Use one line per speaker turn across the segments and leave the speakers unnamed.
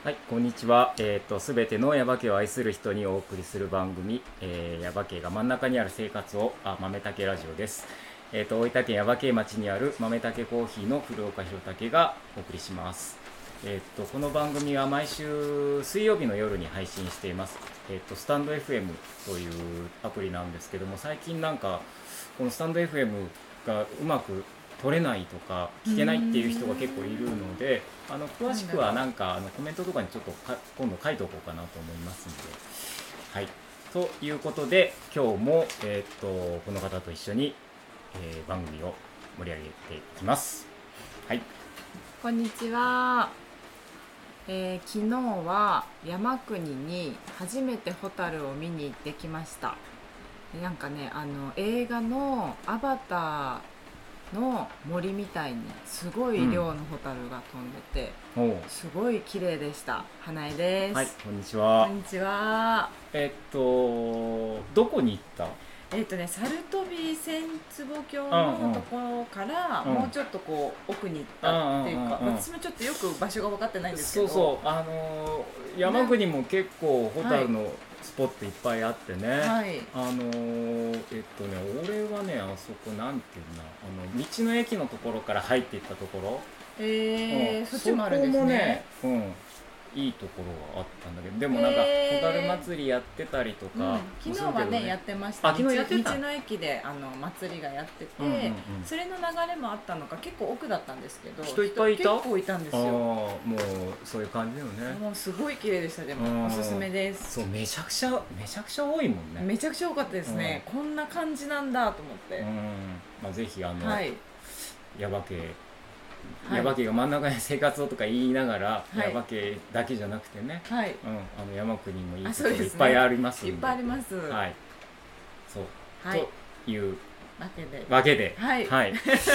はい、こんにちは。すべての耶馬渓を愛する人にお送りする番組、耶馬渓が真ん中にある生活を、豆竹ラジオです。大分県耶馬渓町にある豆竹コーヒーの古岡弘武がお送りします。この番組は毎週水曜日の夜に配信しています。スタンド FM というアプリなんですけども、最近なんかこのスタンド FM がうまく取れないとか聞けないっていう人が結構いるので、詳しくはなんかコメントとかにちょっと今度書いておこうかなと思いますので、はい。ということで今日も、この方と一緒に、番組を盛り上げていきます。はい。
こんにちは。昨日は山国に初めてホタルを見に行ってきました。なんかね、映画のアバターの森みたいにすごい量のホタルが飛んでて、すごい綺麗でした。花江です。
はい、こんにちは。
こんにちは。
どこに行った？
サルトビ千坪峡のところからもうちょっとこう奥に行ったっていうか、私もちょっとよく場所が分かってないんですけど、
そう山国も結構ホタルのスポットいっぱいあってね、はい、俺はね、あそこなんていうの、道の駅のところから入っていったところ、
そっちもあるんですね。
いいところがあったんだけど、でもなんかホタル祭りやってたりとか、
昨日はねやってました。
昨日やってた。
道の駅で祭りがやってて、それの流れもあったのか結構奥だったんですけど、
人いっぱいいた？
結構いたんですよ。も
うそういう感じよね。
もうすごい綺麗でした。でもおすすめです。
そう、めちゃくちゃ多いもんね。
めちゃくちゃ多かったですね。こんな感じなんだと思って。
ぜひ
はい、
耶馬渓耶馬渓が真ん中に生活をとか言いながら、耶馬渓だけじゃなくてね、山国にもいいところいっぱいありますので、
いっぱいあります。
はい、そう、というわけで、はい、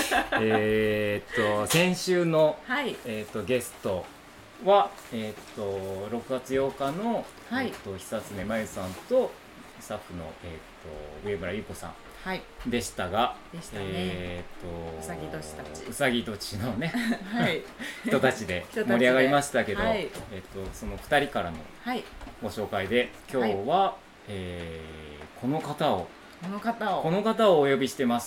先週の、ゲストは、6月8日の、久常真由さんとスタッフの、上村優子さんでしたが、
うさ
ぎ年のね人たちで盛り上がりましたけど、その2人からのご紹介で今日は、この方をお呼びしてます。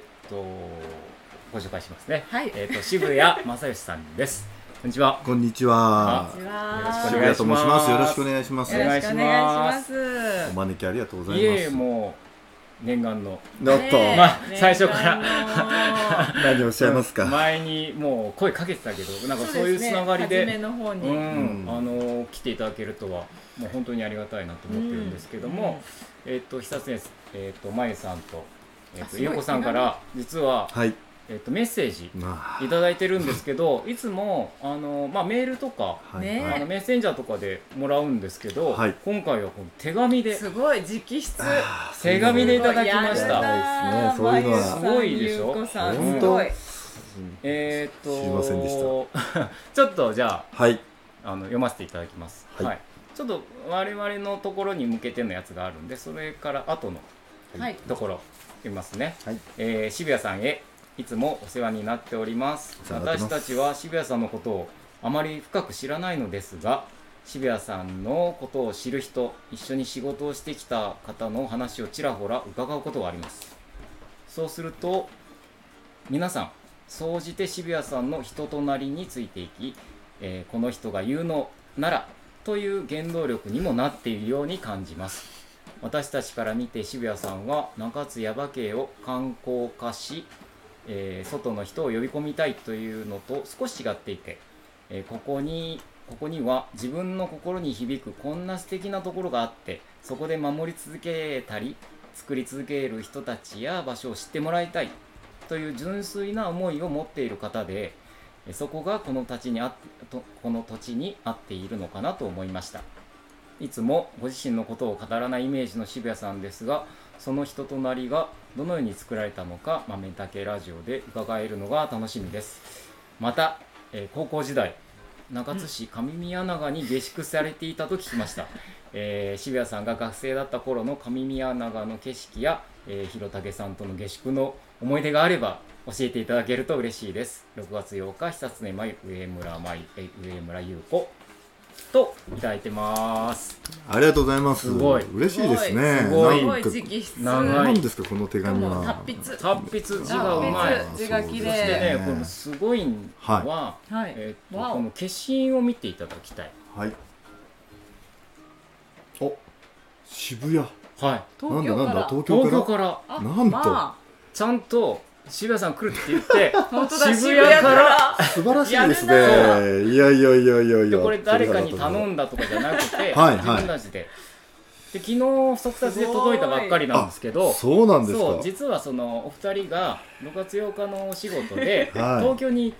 ご紹介しますね。渋谷正義さんです。こんにちは。
こんにちは。
渋谷と申します。
よろしくお願いします。
よろしくお願いします。
お招きありがとうございます。
もう念願の最初から
何をおっしゃいますか。
前にもう声かけてたけど、なんかそういうつながりで
初めの方に
来ていただけるとはもう本当にありがたいなと思ってるんですけども、久常真由さんと優子さんから実はメッセージいただいてるんですけど、いつもメールとか、メッセンジャーとかでもらうんですけど、今回はこの手紙で、
すごい直筆
手紙でいただきました。
そういうのは
すごいでしょ。
本当。
知
りませんでした。
ちょっとじゃあ、読ませていただきます。ちょっと我々のところに向けてのやつがあるんで、それから後のところ読みますね。渋谷さんへ。いつもお世話になっております。私たちは渋谷さんのことをあまり深く知らないのですが、渋谷さんのことを知る人、一緒に仕事をしてきた方の話をちらほら伺うことがあります。そうすると皆さん総じて渋谷さんの人となりについていき、この人が言うのならという原動力にもなっているように感じます。私たちから見て渋谷さんは中津耶馬渓を観光化し、外の人を呼び込みたいというのと少し違っていて、ここには自分の心に響くこんな素敵なところがあって、そこで守り続けたり作り続ける人たちや場所を知ってもらいたいという純粋な思いを持っている方で、そこがこの土地に合っているのかなと思いました。いつもご自身のことを語らないイメージの渋谷さんですが、その人となりがどのように作られたのか豆竹ラジオで伺えるのが楽しみです。また、高校時代中津市上宮長に下宿されていたと聞きました。渋谷さんが学生だった頃の上宮長の景色や、弘武さんとの下宿の思い出があれば教えていただけると嬉しいです。6月8日久常真由、上村優子といただいてます。
ありがとうございます。
すごい
嬉しいですね。
すごい
なんか
直筆。
何ですかこの手紙は。
達筆。
達筆、字がうまい。
字が綺麗。
そしてね、これすごいのは、
はい。
この消印を見ていただきたい。
はい。お、渋谷。
はい。
東京から。
なんと。
ちゃんと渋谷さん来るって言って
渋谷から
素晴らしいですね。いや
これ誰かに頼んだとかじゃなくて自分たちで。で昨日速達で届いたばっかりなんですけど、
そうなんですか。
そう実はそのお二人が6月8日のお仕事で東京に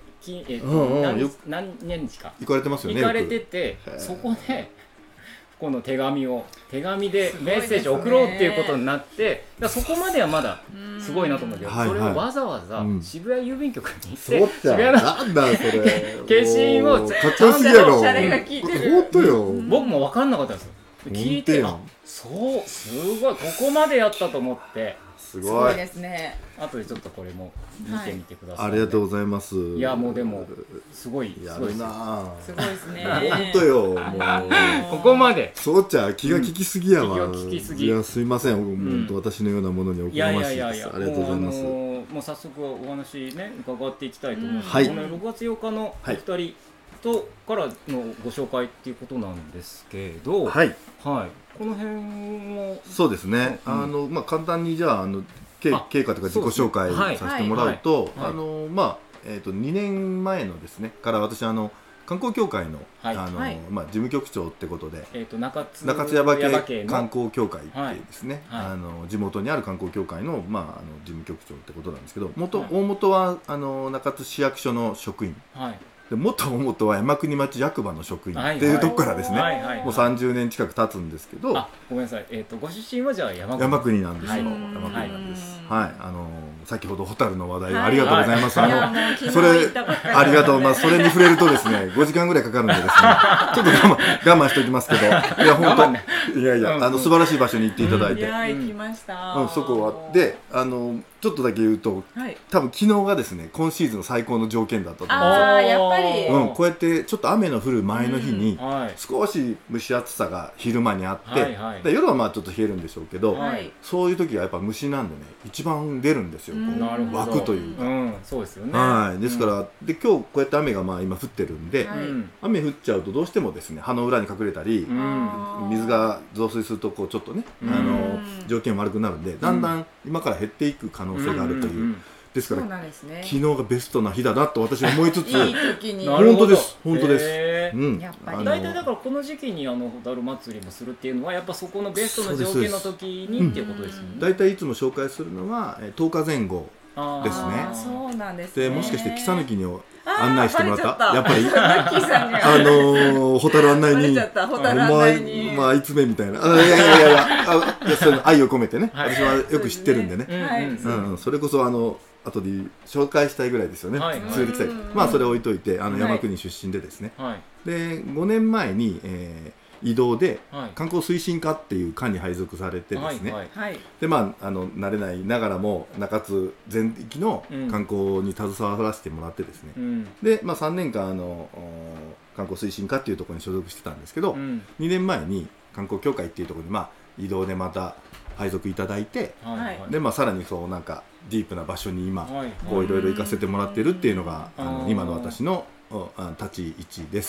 何年日か
行かれてますよね。
行かれてて、そこでこの手紙でメッセージを送ろうっていうことになって、そこまではまだすごいなと思うけど、それをわざわざ渋谷郵便局に行って渋谷の
なんだそれ
消印を
かっこよすぎやろ。
シャレが効いてる。
本当よ。
僕も分かんなかったんですよ。聞いて、そうすごいここまでやったと思って。
すごい
ですね。
後でちょっとこれも見てみてください。
ありがとうございます。
いやもうでもすごい
やるな。
すごいですね。
本当よ。もう
ここまで。
そうちゃん気が利きすぎやわ。
気が利きすぎ。
いやすいません。本当私のようなものにおこがましいです。ありがとうございます。
もう早速お話ね伺っていきたいと思うんです
けど、
この6月8日のお二人とからのご紹介っていうことなんですけど、
はい。
はい。この辺も
そうですね。まあ簡単にじゃあ経過とか自己紹介させてもらうと、2年前のですねから私観光協会の事務局長ってことで中津耶馬渓観光協会っていうですね地元にある観光協会の事務局長ってことなんですけど、大元は中津市役所の職員。で元は山国町役場の職員っていうとこからですね、もう30年近く経つんですけど、
ごめんなさい、ご出身はじゃあ
山国なんですよ。山国なんです。はい、先ほどホタルの話題をありがとうございます。それありがとうございます。それに触れるとですね、5時間ぐらいかかるんでですね、ちょっと我慢しておきますけど、いや本当いや素晴らしい場所に行っていただいて、
行きました。
そこはでちょっとだけ言うと、多分昨日がですね今シーズンの最高の条件だったと思うんですよ。
やっぱり。
こうやってちょっと雨の降る前の日に少し蒸し暑さが昼間にあって、夜はちょっと冷えるんでしょうけど、そういう時はやっぱ虫なんでね一番出るんですよ。湧くというか。
そうですよね。
ですからで今日こうやって雨が今降ってるんで、雨降っちゃうとどうしてもですね葉の裏に隠れたり水が増水するとこうちょっとね条件悪くなるんで、だんだん今から減っていく可能性があるという。ですから昨日がベストな日だなと私は思いつつ、
いい時に
本当です本当です。
大体だからこの時期にホタル祭りもするっていうのはやっぱそこのベストな条件の時にっていうことですよね。
大体いつも紹介するのは10日前後ですね。
そうなんですね。
でもしかして草抜きに案内してもらった。やっぱり
ホ
タル案内にあいつめみたいな。いやそれ愛を込めてね。私はよく知ってるんでね。それこそ後で紹介したいぐらいですよね。連れてきたい。それ置いといて山国出身でですね。で5年前に移動で観光推進課っていう課に配属されてですね。で慣れないながらも中津全域の観光に携わらせてもらってですね。で3年間観光推進課っていうところに所属してたんですけど、2年前に観光協会っていうところに移動でまた配属いただいて、でさらになんかディープな場所に今こういろいろ行かせてもらってるっていうのが今の私の立ち位置です。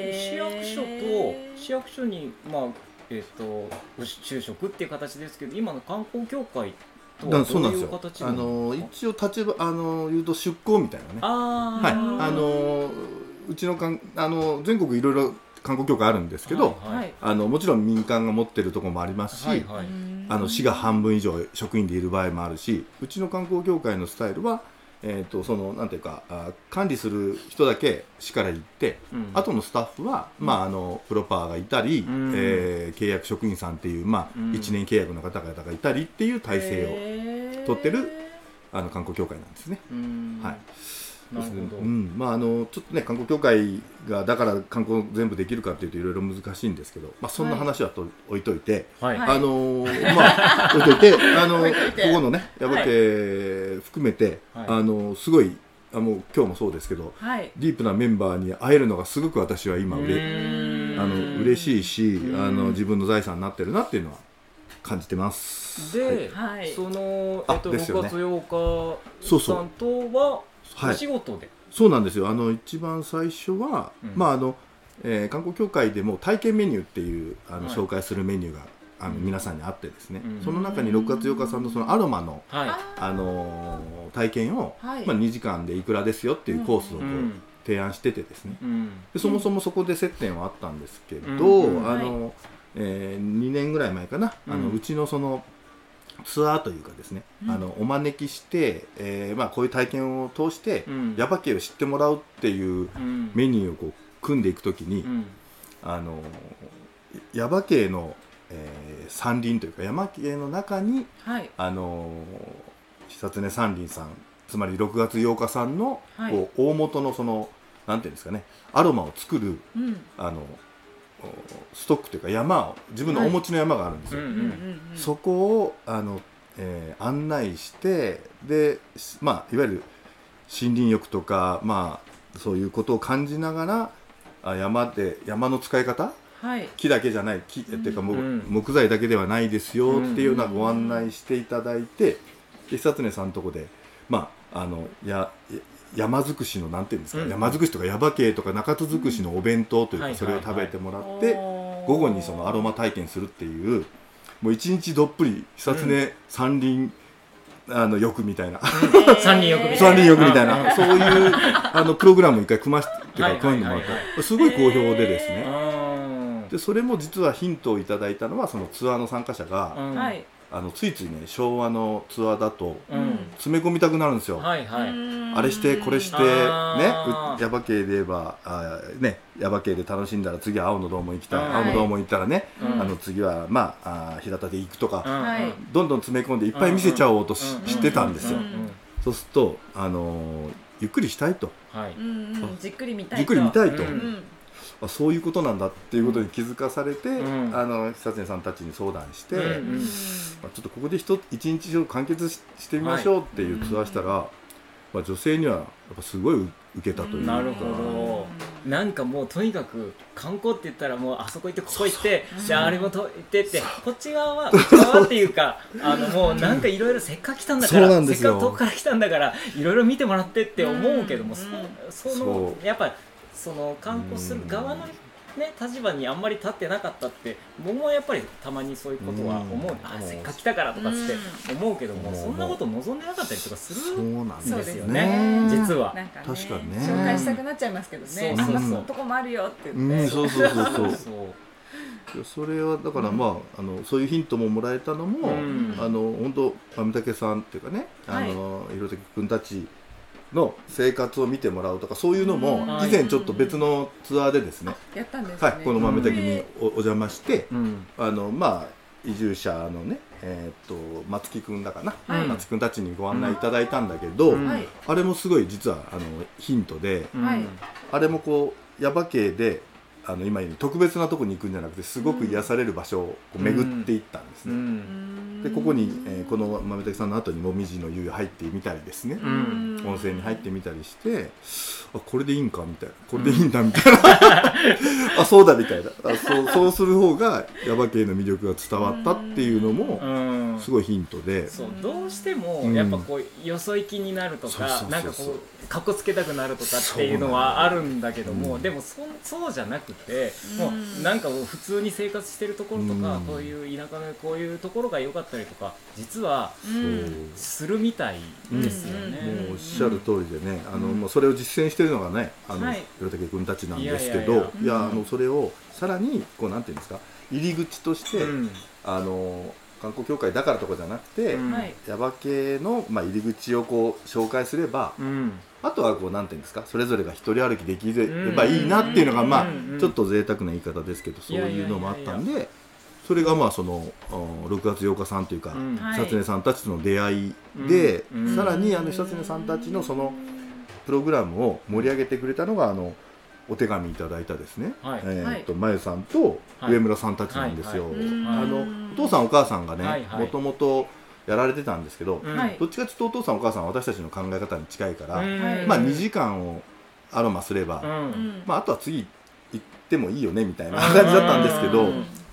市役所に就職っていう形ですけど、今の観光協会とはどういう形なの？
一応立場言うと出向みたいなね。うちの全国いろいろ観光協会あるんですけど、もちろん民間が持ってるところもありますし、市が半分以上職員でいる場合もあるし、うちの観光協会のスタイルはなんていうか管理する人だけ市から行って、後のスタッフはプロパーがいたり、契約職員さんっていう1年契約の方々がいたりっていう体制を取ってる観光協会なんですね。ちょっとね観光協会がだから観光全部できるかっていうといろいろ難しいんですけど、そんな話は置いといて、置いといてここのね耶馬渓含めてすごいもう今日もそうですけど、ディープなメンバーに会えるのがすごく私は今嬉しいし、自分の財産になってるなっていうのは感じてます。
で、その6月8日さんとはお仕事で、
そうなんですよ。一番最初は、観光協会でも体験メニューっていう紹介するメニューが皆さんにあってですね、その中に6月8日さんのそのアロマの、体験を、2時間でいくらですよっていうコースをこう提案しててですね、でそもそもそこで接点はあったんですけど、2年ぐらい前かな、うちのそのツアーというかですね、お招きして、こういう体験を通して耶馬渓を知ってもらうっていうメニューをこう組んでいくときに、耶馬渓の山林というか耶馬渓の中に、久常山林さん、つまり6月8日さんの、こう大元のそのなんていうんですかね、アロマを作る、ストックというか山を自分のお持ちの山があるんですよ。そこを案内して、でいわゆる森林浴とか、そういうことを感じながら山の使い方、木だけじゃない木っていうか木材だけではないですよっていうようなご案内していただいて、久常さんのとこで山尽くしのなんていうんですか、山尽くしとか耶馬渓とか中津尽くしのお弁当というか、それを食べてもらって午後にそのアロマ体験するっていう、もう一日どっぷり久常山林浴みたいな
山林浴
みたいなそういうプログラムを一回組ませて組んでもらったすごい好評でですね、でそれも実はヒントをいただいたのはそのツアーの参加者が、ついついね昭和のツアーだと詰め込みたくなるんですよ。あれしてこれしてね、耶馬渓で言えば耶馬渓で楽しんだら次は青の洞門行きたい、青の洞門行ったらね、次は平田で行くとか、どんどん詰め込んでいっぱい見せちゃおうとしてたんですよ。そうするとゆっくりしたいと、
じっくり見たいと、
そういうことなんだっていうことに気づかされて、久常さんたちに相談して、ちょっとここで一日中完結してみましょうっていうツアーしたら、女性にはやっぱすごい受けたというか、
なるほど。なんかもうとにかく観光って言ったらもうあそこ行ってここ行ってじゃああれも行ってってこっち側っていうかもうなんかいろいろせっかく来たんだからせっかく遠くから来たんだからいろいろ見てもらってって思うけども、そのやっぱその観光する側の立場にあんまり立ってなかったって僕もやっぱりたまにそういうことは思う、せっかく来たからとかって思うけども、そんなこと望んでなかったりとかするんですよね、実は。
なんかね、
確かにね、
紹介したくなっちゃいますけどね、そういうとこもあるよって言って、
そうそれはだからそういうヒントももらえたのも、本当豆竹さんっていうかね、弘武君たちの生活を見てもらうとか、そういうのも以前ちょっと別のツアーでですね、
やったんですね。
この豆滝にお邪魔して、移住者のね、松木くんだかな、松木くんたちにご案内いただいたんだけど、あれもすごい実はヒントで、あれもこう耶馬渓で今言う特別なとこに行くんじゃなくて、すごく癒される場所を巡っていったんですね。でここに、この豆滝さんの後にもみじの湯入ってみたりですね、温泉に入ってみたりして、これでいいんかみたいな、これでいいんだみたいなそうだみたいな、そうする方が耶馬渓の魅力が伝わったっていうのもすごいヒントで、
どうしてもやっぱこうよそ行きになるとか、なんかこうかっこつけたくなるとかっていうのはあるんだけども、でもそうじゃなくて、もうなんか普通に生活してるところとか、こういう田舎のこういうところが良かったりとか実はするみたいですよね。
もうおっしゃる通りでね、もうそれを実践してるのがね弘武君たちなんですけど、それをさらにこうなんていうんですか、入り口として、観光協会だからとかじゃなくて、耶馬渓の入り口をこう紹介すれば、あとはこうなんていうんですか、それぞれが一人歩きできればいいなっていうのがちょっと贅沢な言い方ですけど、そういうのもあったんで、それがその6月8日さんというか久常さんたちとの出会いで、さらに久常さんたちのそのプログラムを盛り上げてくれたのがお手紙いただいたですね、まゆさんと上村さんたちなんですよ。お父さんお母さんがね、もともとやられてたんですけど、どっちかというとお父さんお母さんは私たちの考え方に近いから、まあ2時間をアロマすれば、まああとは次行ってもいいよねみたいな感じだったんですけど、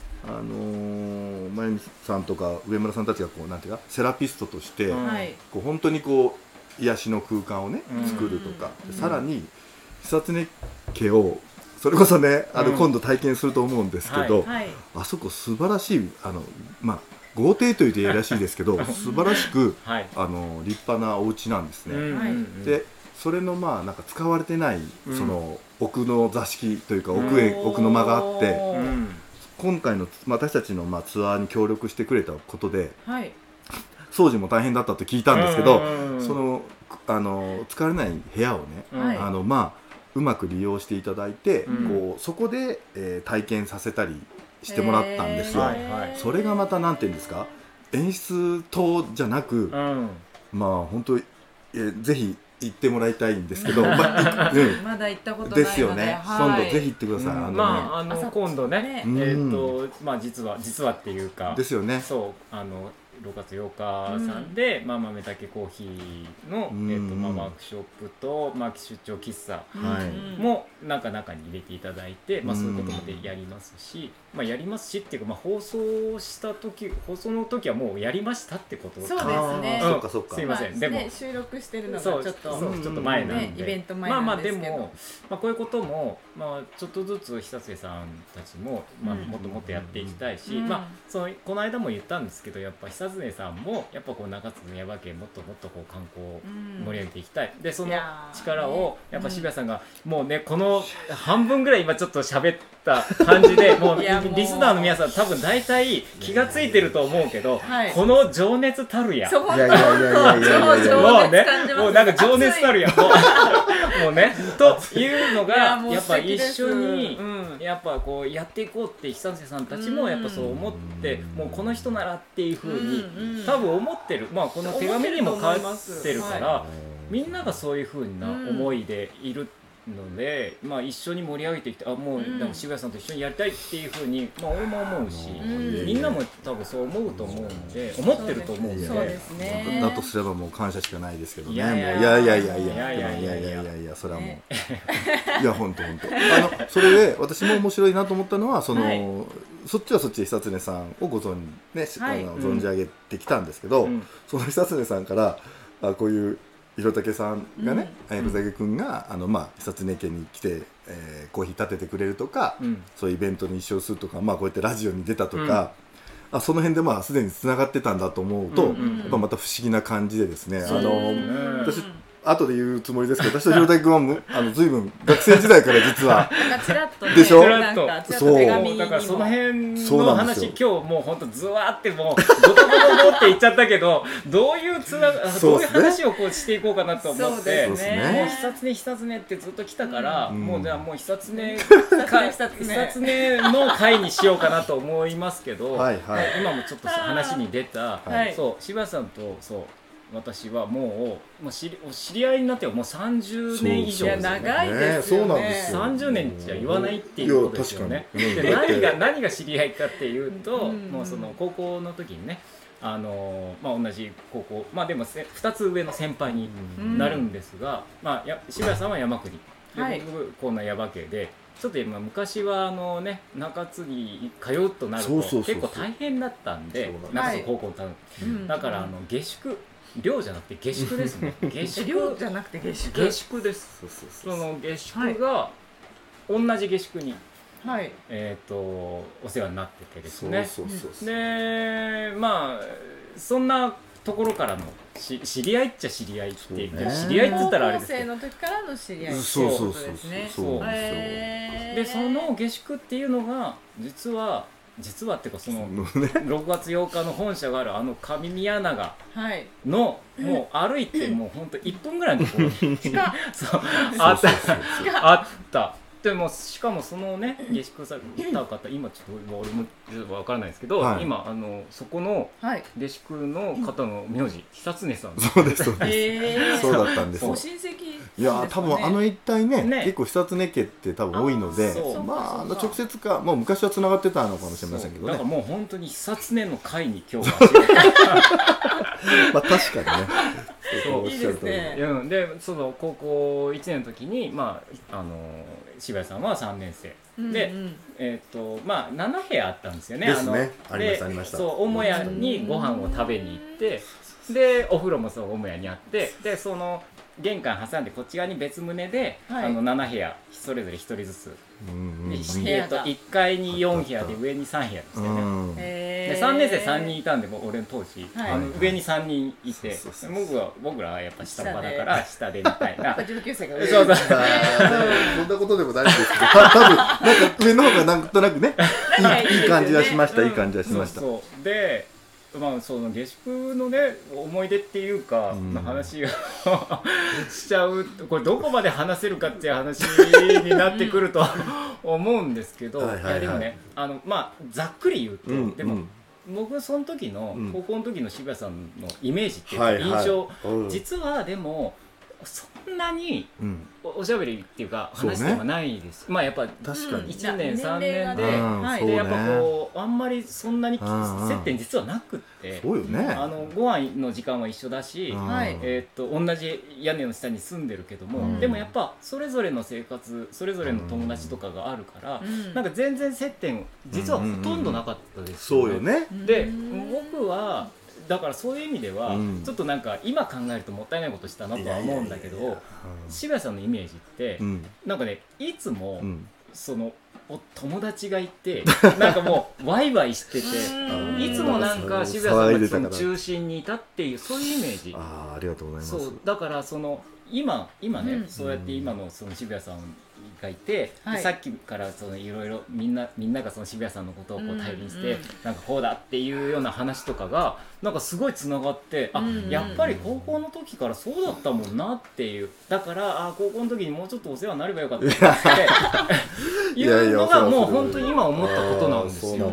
まゆみさんとか上村さんたちがこうなんていうかセラピストとして、こう本当にこう癒しの空間をね作るとか、さらに久常家をそれこそね今度体験すると思うんですけど、あそこ素晴らしいまあ豪邸というといいらしいですけど素晴らしく立派なお家なんですね。でそれのまあなんか使われてないその奥の座敷というか奥の間があって、今回の私たちのまあツアーに協力してくれたことで、掃除も大変だったと聞いたんですけど、その使われない部屋をね、まあうまく利用していただいて、こうそこで、体験させたりしてもらったんですよ。それがまたなんていうんですか、演出等じゃなく、まあ本当ぜひ行ってもらいたいんですけど、まだ
行ったことないので
ですよね。今度ぜひ行ってください。
まあ今度ね、まあ実はっていうか
ですよね。
そう6月8日さんで、豆竹コーヒーの、ワークショップと、出張喫茶も中に入れていただいて、そういうこともやりますし、やりますしっていうか、放送の時はもうやりましたってこと
そうですね。
そうか
すいません。でも
収録してるのがちょっと
前なんで、
イベント前なんですけど、
でもこういうこともちょっとずつ久常さんたちももっともっとやっていきたいし、この間も言ったんですけど、やっぱ久常さんもやっぱこう中津の耶馬渓もっともっとこう観光を盛り上げていきたい。でその力をやっぱ渋谷さんがもうねこの半分ぐらい今ちょっと喋った感じでもうリスナーの皆さん多分大体気がついてると思うけど、この情熱たるや。
もうね
もうなんか情熱たるや。もうねというのがやっぱ一緒にやっぱこうやっていこうって久常さんたちもやっぱそう思って、もうこの人ならっていう風に多分思ってる。この手紙にも書いてるから、みんながそういう風な思いでいるので、一緒に盛り上げていってもう渋谷さんと一緒にやりたいっていう風に俺も思うし、みんなも多分そう思うと思うので思ってると思うんで、
だとすればもう感謝しかないですけどね。いやそれはもういや本当それで私も面白いなと思ったのはそっちはそっちで久常さんを存じ上げてきたんですけど、その久常さんからこういう弘武さんがね、弘武君が久常家に来て、コーヒー立ててくれるとか、そういうイベントに一緒するとか、こうやってラジオに出たとか、その辺ですでにつながってたんだと思うと、やっぱまた不思議な感じでですね、私後で言うつもりですけど、私と弘武君は随分学生時代から実は
ちらっと
でしょ。
そうだからその辺の話今日もう本当ズワーってもうゴトゴトゴって言っちゃったけど、どういう話をこうしていこうかなと思って、もう久常ってずっと来たから、もうじゃあもう久常の回にしようかなと思いますけど、今もちょっと話に出た、そう渋谷さんと私はもう知り合いになってはもう30年以上ですよね。
長いですよね。
30年じゃ言わないっていうことですよね。で何が知り合いかっていうと、もうその高校の時にね、同じ高校、でも2つ上の先輩になるんですが、渋谷さんは山国で、僕こんな耶馬渓で。ちょっと昔は中津に通うとなると結構大変だったんで、中津高校だから下宿寮じゃなくて下宿ですね。
寮じゃなくて下
宿です。その下宿が同じ下宿にお世話になっててですね。でそんなところからの知り合いっちゃ知り合いっていうか、知り合いって言ったらあれですけど、
高校生の時からの知り合いって
そう
ですね。
でその下宿っていうのが実はっていうかその6月8日の本社がある上宮永のもう歩いてもう本当1分ぐらいのところにあった。でもしかもそのね下宿された方、今ちょっと俺も分からないですけど、今そこの下宿の方の名字久常さん。
そうですそうだったんです。
ご親戚
いや多分一帯ね結構久常家って多分多いので、まあ直接かもう昔はつながってたのかもしれませんけどね。
だからもう本当に久常の会に今日は
まあ確かにね。
そういいですね。
でその高校1年の時に渋谷さんは3年生で、まあ7部屋あったんですよね。
ですね。ありました。
そう母屋にご飯を食べに行って、でお風呂もそう母屋にあって、でその玄関挟んでこっち側に別棟で、7部屋それぞれ1人ずつ、1階に4部屋で上に3部屋でしたよね。で3年生3人いたんで、俺の当時、上に3人いて、僕らはやっぱ下場だから下でみたいな。
上級生が上。
そんなことでもないんですけど、多分なんか上の方がなんとなくねいい感じはしました。いい感じはしました。
でまあその下宿のね思い出っていうかの話をしちゃう、これどこまで話せるかっていう話になってくると思うんですけど、いやでもねまあざっくり言うと、でも僕その時の高校の時の渋谷さんのイメージっていうか印象、実はでもそんなにおしゃべりっていうか話ではないです。まあやっぱ1年3年でやっぱこうあんまりそんなに接点実はなくって、ご飯の時間は一緒だし、同じ屋根の下に住んでるけども、でもやっぱそれぞれの生活それぞれの友達とかがあるから、なんか全然接点実はほとんどなかったですよね。で僕はだからそういう意味では、ちょっとなんか今考えるともったいないことしたなとは思うんだけど、渋谷さんのイメージって、なんかねいつもその友達がいてなんかもうワイワイしてていつもなんか渋谷さんがその中心にいたっていうそういうイメージ。
ありがとうございます。
そうだからその今ね、そうやって今のその渋谷さんがいて、さっきからそのいろいろみんながその渋谷さんのことをこう頼りにして、なんかこうだっていうような話とかがなんかすごいつながって、やっぱり高校の時からそうだったもんなっていう、だから高校の時にもうちょっとお世話になればよかったっていうのがもう本当に今思ったことなんですよ。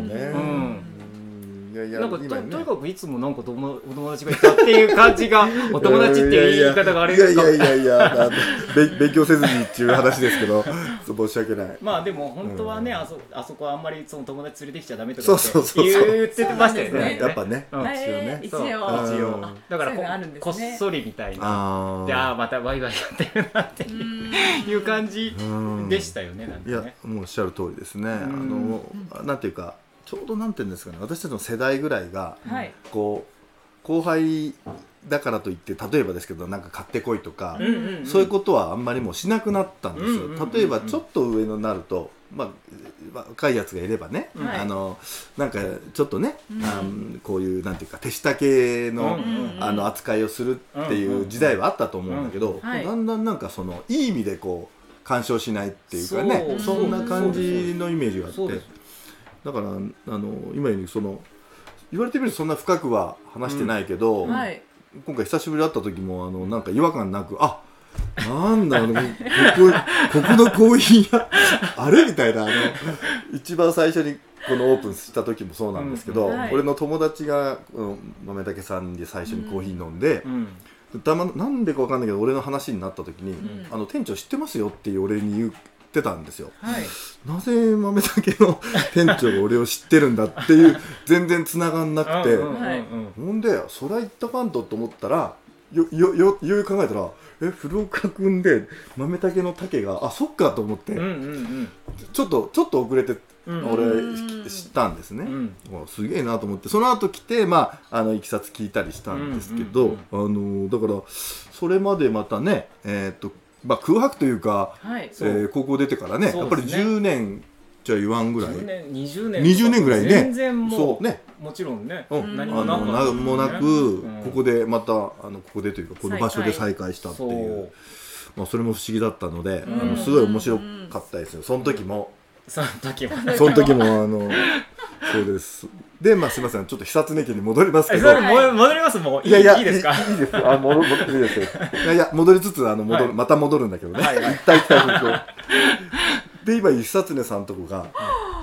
なんかとにかくいつもなんかお友達がいたっていう感じがお友達っていう言い方があれですか。
いや勉強せずにっていう話ですけど申し訳ない。
まあでも本当はね、あそこはあんまりその友達連れてきちゃダメとかって言ってましたよね。
やっぱね
一応
だからこっそりみたいなでまたワイワイやってるなっていう感じでしたよね。
いやもうおっしゃる通りですね。なんていうかちょうどなんていうんですかね、私たちの世代ぐらいが、こう後輩だからといって例えばですけどなんか買ってこいとか、そういうことはあんまりもうしなくなったんですよ。例えばちょっと上になると、若いやつがいればね、なんかちょっとね、こういうなんていうか手下系の、扱いをするっていう時代はあったと思うんだけど、だんだんなんかそのいい意味でこう干渉しないっていうかね、そんな感じのイメージがあって。だから今よりその言われてみるとそんな深くは話してないけど、今回久しぶりに会った時もなんか違和感なくなんだここのコーヒー屋あれみたいな一番最初にこのオープンした時もそうなんですけど、俺の友達が豆竹さんで最初にコーヒー飲んで、なんでか分かんないけど俺の話になった時に店長知ってますよっていう俺に言ってたんですよ。なぜ豆竹の店長が俺を知ってるんだっていう全然繋がんなくて、ほんでそりゃ言ったかんと思ったらよく考えたら古岡君で豆竹の竹がそっかと思って、ちょっと遅れて俺知ったんですね。すげえなと思ってその後来ていきさつ聞いたりしたんですけど、だからそれまでまたね空白というか、高校出てからねやっぱり10年じゃ言わんぐらい
20
年ぐらいね
全然もう
ね
もちろんね
何もなくここでまたここでというかこの場所で再会したっていうそれも不思議だったのですごい面白かったですよ。その時もそうですで、すみませんちょっと久常家に戻りますけど
戻りますもういいですか。
いいです戻っていいですよ。戻りつつまた戻るんだけどね。一体で今久常さんとこが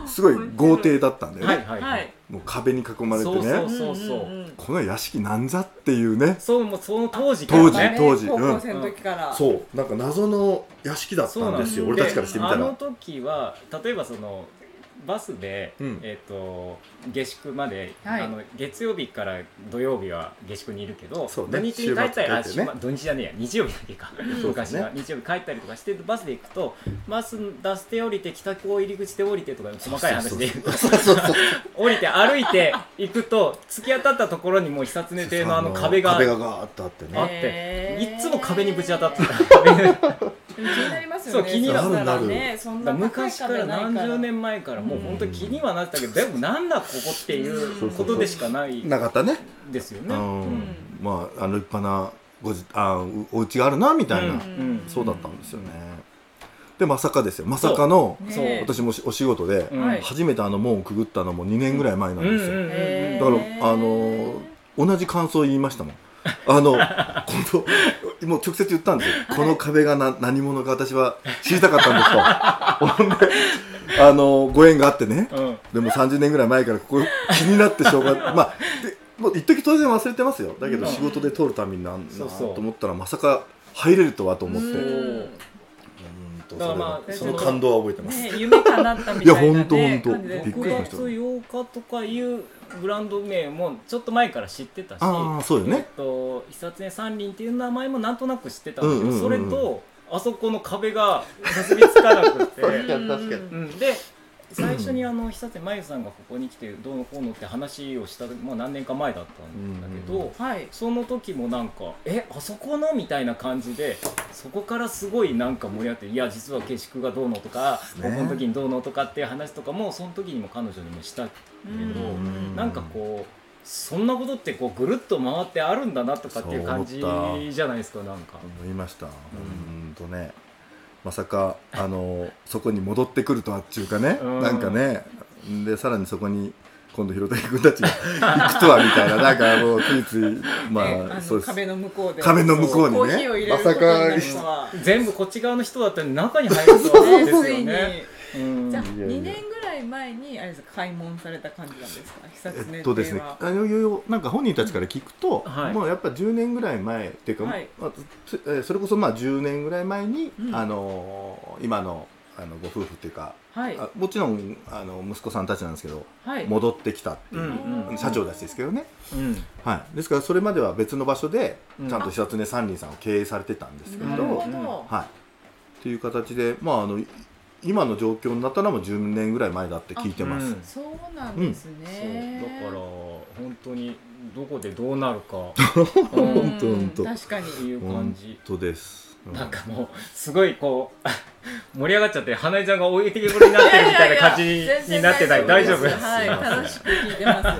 すごい豪邸だったんだよね。
はい
もう壁に囲まれてね、
そう
この屋敷なんざっていうね。
もうその当時からね。
高校生の時から。
そうなんか謎の屋敷だったんですよ。俺たちからしてみたら。
あの時は例えばそのバスで、下宿まで、月曜日から土曜日は下宿にいるけど、土日に帰ったり、土日じゃねえや、日曜日だけか、昔は日曜日帰ったりとかしてバスで行くと、バス出して降りて北港入り口で降りてとか細かい話で言うと降りて歩いて行くと突き当たったところにもう久常亭のあの壁が
あって
ね、いつも壁にぶち当たってた。
気になりますよね。
気になる
ね。そんな
昔から何十年前からもう本当に気にはなってたけど、でもなんだここっていうことでしかない
なかったね。
ですよね。
まあ立派なお家があるなみたいな、そうだったんですよね。でまさかですよ。まさかの私もお仕事で初めて門をくぐったのも2年ぐらい前なんですよ。だから同じ感想を言いましたもん。もう直接言ったんですよ。この壁が何者か私は知りたかったんですと。ほんでご縁があってね、でも30年ぐらい前からここ気になってしょうがまあもう一時当然忘れてますよ。だけど仕事で通るためになんだと思ったらまさか入れるとはと思って。その感動は覚えてます。
夢かなったみたいなね。
いや本当
6月8日とかいうブランド名もちょっと前から知ってたし、
そうよね。
久常三輪っていう名前もなんとなく知ってたんですけど、それとあそこの壁が結びつかなくて、で最初に久常真由さんがここに来てどうのこうのって話をした何年か前だったんだけど、その時もなんかあそこのみたいな感じで、そこからすごいなんか盛り上がって、いや実は下宿がどうのとか高校の時にどうのとかっていう話とかもその時にも彼女にもしたけど、なんかこうそんなことってこうぐるっと回ってあるんだなとかっていう感じじゃないですか。なんか
思いました。ね。まさかそこに戻ってくるとはっていうかね、なんかね、でさらにそこに今度弘武君たちが行くとはみたいな、なんかもうついつい
そうです。壁の向こうで
壁の向こうにね、まさか
全部こっち側の人だったら中に入るとはですよね。
じゃあ2年ぐらい前にあれですか、開門された感じなんですか、久常亭は。
ですね、なんか本人たちから聞くと、もうやっぱ10年ぐらい前っていうか、それこそ10年ぐらい前に今のご夫婦っていうか、もちろん息子さんたちなんですけど戻ってきたっていう社長たちですけどね。ですからそれまでは別の場所でちゃんと久常三輪さんを経営されてたんですけど、っていう形で今の状況になったのも10年ぐらい前だって聞いてます。
そうなんですね。
だから本当にどこでどうなるか
本当
確かに
いう感じ。
本当です。
なんかもうすごいこう盛り上がっちゃって花江ちゃんが置いてけぼりになってるみたいな感じになってない？大丈夫？
楽しく聞いてます。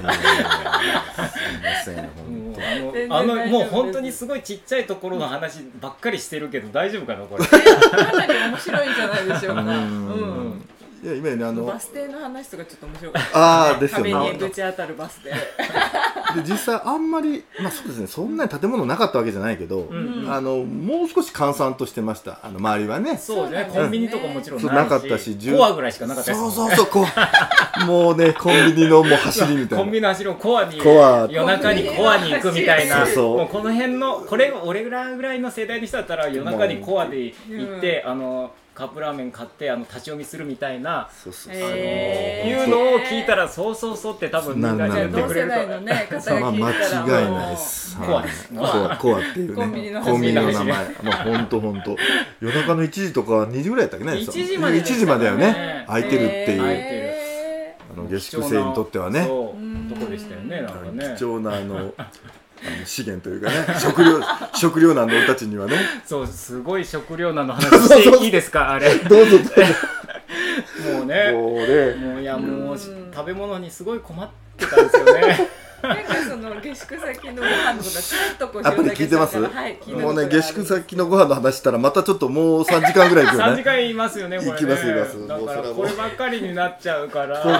もう本当にすごいちっちゃいところの話ばっかりしてるけど大丈夫かなこれ？
かなり面白いんじゃないでしょうか。
いや今ね
バス停の話とかちょっと面白かったですね。壁にぶち当たるバス停。
で実際あんまりそうですね、そんなに建物なかったわけじゃないけど、もう少し閑散としてました。周りはね。
そうね、コンビニとかもちろん
なかったし、
コアぐらいしかなかったです。
そうもうねコンビニのもう走りみたいな。
コンビニの走りをコアに夜中にコアに行くみたいな。もうこの辺のこれ俺ぐらいの世代の人だったら夜中にコアで行ってカップラーメン買って立ち読みするみたいないうのを聞いたらそうって多分みんな言ってくれると。
間違いないです。
コアです。
コアっていうねコンビニの名前。本当夜中の1時とか2時ぐらいやったっけね。
1時
までよね。空いてるっていう下宿生にとってはね。
どこでしたよね。なんかね。
貴重な資源というかね、食糧難の俺たちにはね。
そう、すごい食糧難の話していいですかあれ。
どうぞ。
もうね、もう食べ物にすごい困ってたんですよね。
なんかその下宿先のご飯のことちょっとこう
やっぱり聞いてます？もうね下宿先のご飯の話したらまたちょっともう3時間ぐらい行くよね。
3時間言いますよねこれね。
行きます。
だからこればっかりになっちゃうから。
そうね。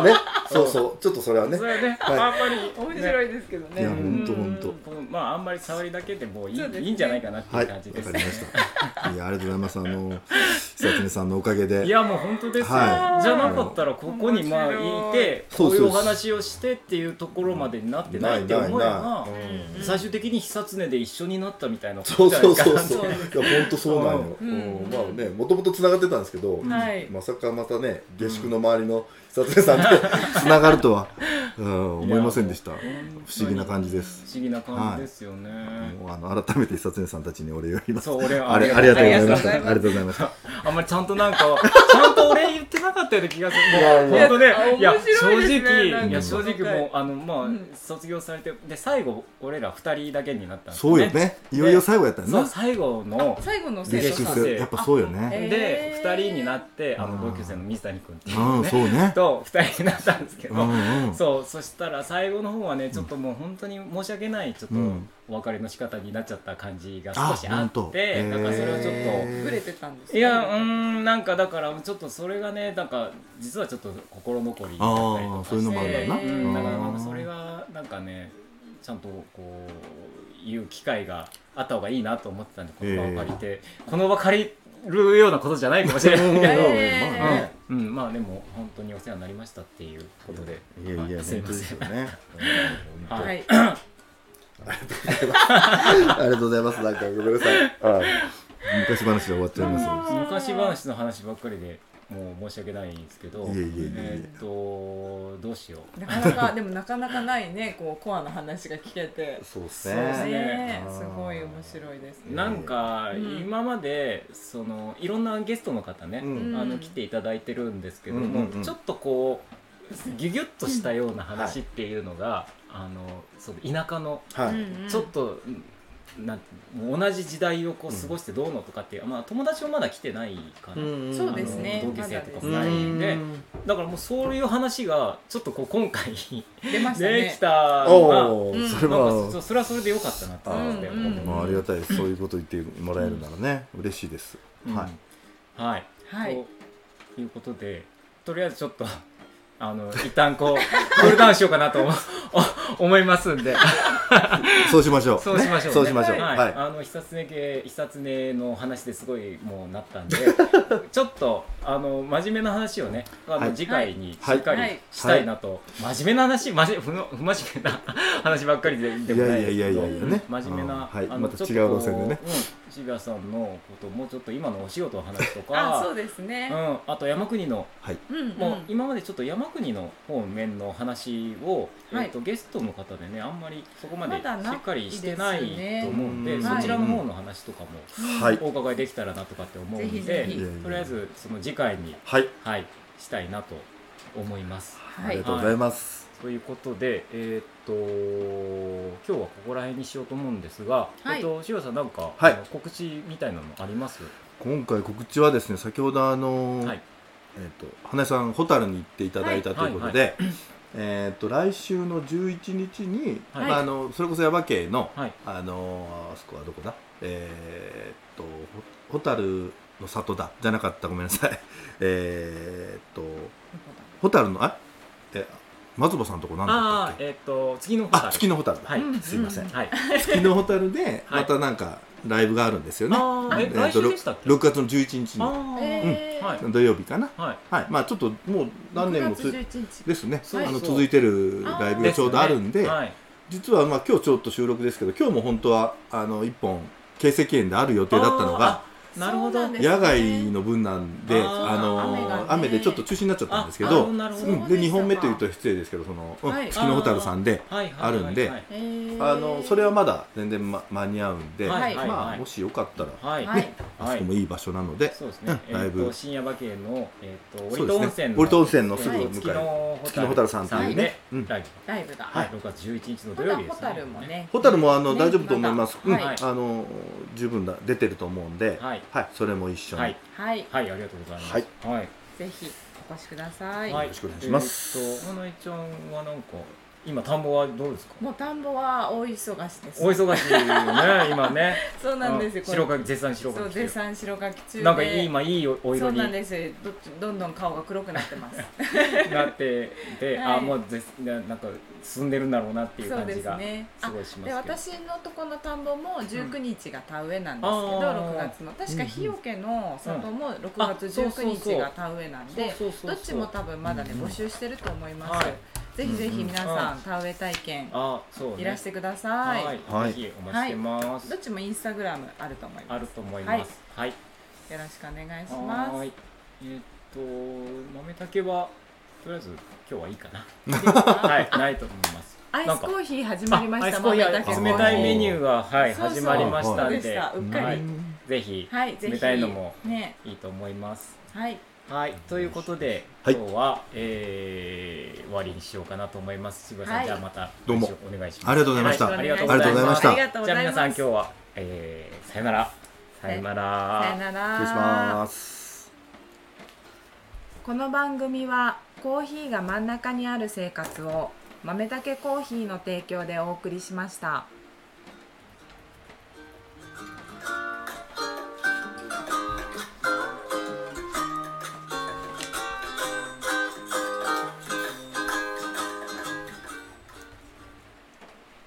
そうそうちょっとそれはね
それねあんまり
面白いですけどね。
いや本当
まああんまり触りだけでもいいんじゃないかなっていう感じです。
わかりました。いやありがとうございます。久常さんのおかげで。
いやもう本当ですよ。じゃなかったらここにまあいてこういうお話をしてっていうところまでになってないって思えば最終的に久常で一緒になったみたいなことじゃないですか。
そういや本当そうなんよ。まあねもともとつながってたんですけど、まさかまたね下宿の周りの久常さんでつながるとは思いませんでした。不思議な感じです。
不思議な感じですよね。
もう改めて久常さんたちにお礼を言います。
そう俺
ありがとうございました。ありがとうございました。
あんまりちゃんとなんかちゃんとお礼言ってなかったような気がする。本当ね。いや正直もうまあ卒業されてで最後俺ら2人だけになったんですね。
そうよね。いよいよ最後やったんですね。
最後の
生徒さん
やっぱそうよね。
で2人になって同級生の水谷君っていう
ね
と2人になったんですけど、そしたら最後の方はねちょっともう本当に申し訳ないちょっとお別れの仕方になっちゃった感じが少しあってだからそれはちょっと
ブレてたんですか。
いやなんかだからちょっとそれがねなんか実はちょっと心残りだったりとかして
そういうのもあるんだな。
だからなんかそれがなんかねちゃんとこういう機会があった方がいいなと思ってたんでこの場を借りてこの場借りるようなことじゃないかもしれないけどまあでも本当にお世話になりましたっていうことで。
いや
すいません。
はい。
ありがとうございます。なんかごめんなさい。昔話で終わっちゃいます。
昔話の話ばっかりでもう申し訳ないんですけど、どうしよう。
なかなかないねこうコアな話が聞けて。
そうですね。
すごい面白いですね。
なんか今までそのいろんなゲストの方ね来ていただいてるんですけども、ちょっとこうギュギュッとしたような話っていうのがその田舎のちょっと同じ時代をこう過ごしてどうのとかっていう友達もまだ来てないかな。
そうですね。
同級生とかもないんでだからもうそういう話がちょっとこう今回
出ましたね。
できたの
が
それはそれでよかったなって思って。
ありがたいです。そういうこと言ってもらえるならね嬉しいです。
はいということでとりあえずちょっと一旦こうクールダウンしようかなと思いますんで
そうしましょう。
そうしましょう。
はい。
久常の話ですごいもうなったんでちょっと真面目な話をね次回にしっかりしたいなと。真面目な話不真面目な話ばっかりでもないですけど真面目な
また違う路線でね
渋谷さんのこともうちょっと今のお仕事の話とか
そうですね。
あと山国のもう今までちょっと山国の方面の話をゲストの方でねあんまりそこまでしっかりしてないと思うんでそちらの方の話とかもお伺いできたらなとかって思うんでとりあえずその次回にしたいなと思います。
ありがとうございます。
ということで今日はここら辺にしようと思うんですがしおさんなんか告知みたいなのあります？
今回告知はですね先ほど花江さんホタルに行っていただいたということで来週の11日にそれこそ耶馬渓のあそこはどこだホタルの里だじゃなかったごめんなさいホタルの松葉さんのとこなんだったっけ？
月のホタル。
月のホタル。すいません。月のホタルでまたなんかライブがあるんですよね。
来週でしたっけ
？6月の11日に土曜日かな。まあちょっともう何年もですね。続いてるライブがちょうどあるんで、実はまあ今日ちょっと収録ですけど、今日も本当は1本慶石園である予定だったのが。
なるほど。
野外の分なんで雨でちょっと中止になっちゃったんですけどで2本目というと失礼ですけど月のホタルさんであるんでそれはまだ全然間に合うんでまあもしよかったらねあそこもいい場所なので
ライブ新耶馬渓の折
戸温泉のすぐ向かい月のホタルさんというね
ライブが
6月11日の土曜日です
ね。
ホタルも大丈夫と思います。十分出てると思うんでそれも一緒に
ありがとうございます。
ぜひお越しください。
よろしくお願いします。
花江ちゃんはなんか今田んぼはどうですか？
もう田んぼは大忙しです。
大忙しいよね今ね。
そうなんですよ。
白柿絶賛白柿。
そう絶賛白柿中で。
なんか今いいお色に。
そうなんですよ。どんどん顔が黒くなってます。
なってで、はい、もうなんか進んでるんだろうなっていう感じがすごいしますけど。
で私のとこの田んぼも19日が田植えなんですけど、6月の確か日よけの里も6月19日が田植えなんで、どっちも多分まだね募集してると思います。ぜひぜひ皆さん田植え体験いらしてください。
はい、ぜひお待ちしてます。
どっちもインスタグラムあると思います。
あると思います。はい。よ
ろしくお願いします。
豆竹はとりあえず今日はいいかな。はい、ないと思います。
アイスコーヒー始まりました。
冷たいメニューが始まりましたんで、ぜひ冷たいのもいいと思います。はい。はい、ということで、今日は、終わりにしようかなと思います。渋谷さん、じゃあまた
どうも
お願いします。
ありがとうございました。
ありがとうございました。
じゃ
あ皆さん今日は、さよなら。さよなら。
さよなら。
失礼します。
この番組はコーヒーが真ん中にある生活を豆たけコーヒーの提供でお送りしました。